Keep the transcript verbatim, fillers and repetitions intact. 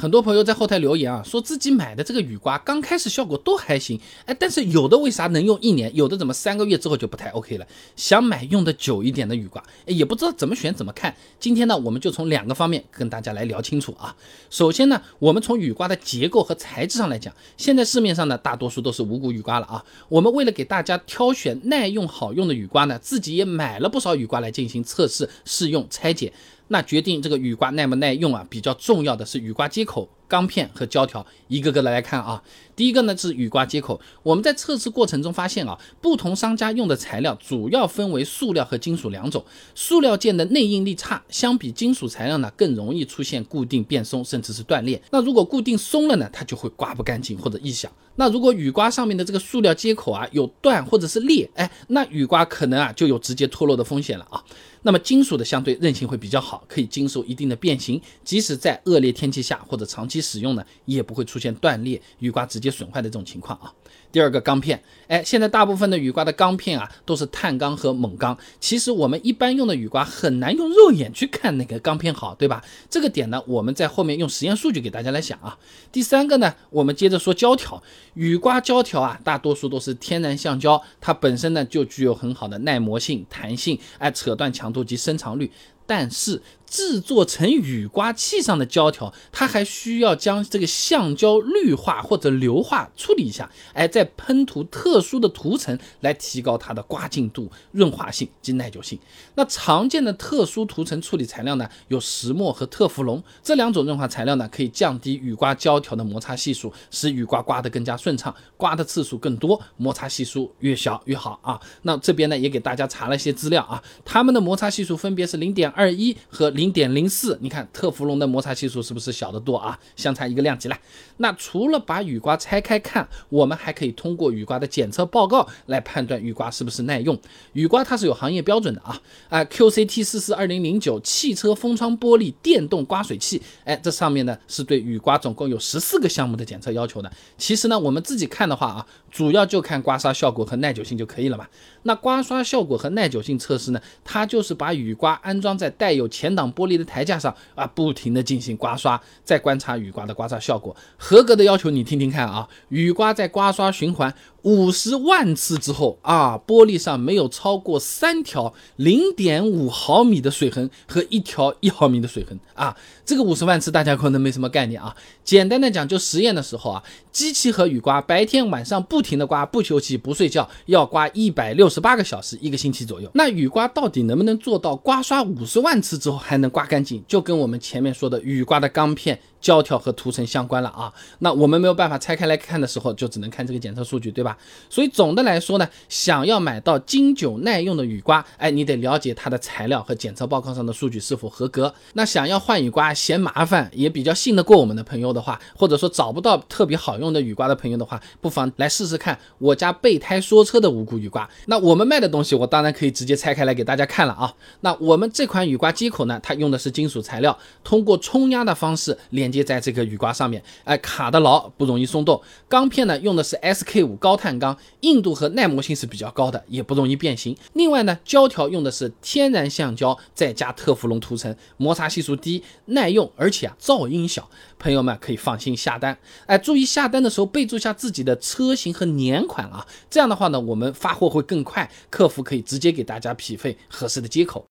很多朋友在后台留言啊，说自己买的这个雨刮刚开始效果都还行，哎，但是有的为啥能用一年，有的怎么三个月之后就不太 OK 了？想买用的久一点的雨刮，也不知道怎么选怎么看。今天呢，我们就从两个方面跟大家来聊清楚啊。首先呢，我们从雨刮的结构和材质上来讲，现在市面上呢大多数都是无骨雨刮了啊。我们为了给大家挑选耐用好用的雨刮呢，自己也买了不少雨刮来进行测试、试用、拆解。那决定这个雨刮耐不耐用啊，比较重要的是雨刮接口、钢片和胶条，一个个的来看啊。第一个呢是雨刮接口，我们在测试过程中发现啊，不同商家用的材料主要分为塑料和金属两种。塑料件的内应力差，相比金属材料呢更容易出现固定变松，甚至是断裂。那如果固定松了呢，它就会刮不干净或者异响。那如果雨刮上面的这个塑料接口啊有断或者是裂，哎，那雨刮可能啊就有直接脱落的风险了啊。那么金属的相对韧性会比较好，可以经受一定的变形，即使在恶劣天气下或者长期使用呢，也不会出现断裂、雨刮直接损坏的这种情况啊。第二个钢片，哎，现在大部分的雨刮的钢片啊都是碳钢和锰钢，其实我们一般用的雨刮很难用肉眼去看那个钢片好，对吧？这个点呢，我们在后面用实验数据给大家来讲啊。第三个呢，我们接着说胶条，雨刮胶条啊，大多数都是天然橡胶，它本身呢就具有很好的耐磨性、弹性，哎，扯断强度及伸长率。但是制作成雨刮器上的胶条，它还需要将这个橡胶氯化或者硫化处理一下，哎，再喷涂特殊的涂层来提高它的刮净度、润滑性及耐久性。那常见的特殊涂层处理材料呢，有石墨和特氟龙，这两种润滑材料呢，可以降低雨刮胶条的摩擦系数，使雨刮刮得更加顺畅，刮的次数更多，摩擦系数越小越好啊。那这边呢也给大家查了一些资料啊，它们的摩擦系数分别是 零点二一 和 零点零四， 你看特氟龙的摩擦系数是不是小得多啊？相差一个量级了。那除了把雨刮拆开看，我们还可以通过雨刮的检测报告来判断雨刮是不是耐用。雨刮它是有行业标准的啊，啊 Q C T 四四二零零九 汽车风窗玻璃电动刮水器，哎，这上面呢是对雨刮总共有十四个项目的检测要求的。其实呢，我们自己看的话啊，主要就看刮痧效果和耐久性就可以了嘛。那刮痧效果和耐久性测试呢，它就是把雨刮安装在带有前挡玻璃的台架上啊，不停的进行刮刷，再观察雨刮的刮痧效果。合格的要求你听听看啊，雨刮在刮刷循环五十万次之后啊，玻璃上没有超过三条 零点五毫米的水痕和一条一毫米的水痕啊。这个五十万次大家可能没什么概念啊。简单的讲，就实验的时候啊，机器和雨刮白天晚上不停的刮，不休息不睡觉，要刮一百六十八个小时，一个星期左右。那雨刮到底能不能做到刮刷五十万次之后还能刮干净，就跟我们前面说的雨刮的钢片、胶条和涂层相关了啊。那我们没有办法拆开来看的时候，就只能看这个检测数据，对吧？所以总的来说呢，想要买到经久耐用的雨刮，哎，你得了解它的材料和检测报告上的数据是否合格。那想要换雨刮嫌麻烦，也比较信得过我们的朋友的话，或者说找不到特别好用的雨刮的朋友的话，不妨来试试看我家备胎说车的无骨雨刮。那我们卖的东西，我当然可以直接拆开来给大家看了啊。那我们这款雨刮接口呢，它用的是金属材料，通过冲压的方式连接在这个雨刮上面，哎，卡得牢，不容易松动。钢片呢，用的是 S K 五 高碳钢，硬度和耐磨性是比较高的，也不容易变形。另外呢，胶条用的是天然橡胶，再加特氟龙涂层，摩擦系数低，耐用，而且啊噪音小。朋友们可以放心下单。哎，注意下单的时候备注下自己的车型和年款啊，这样的话呢，我们发货会更快，客服可以直接给大家匹配合适的接口。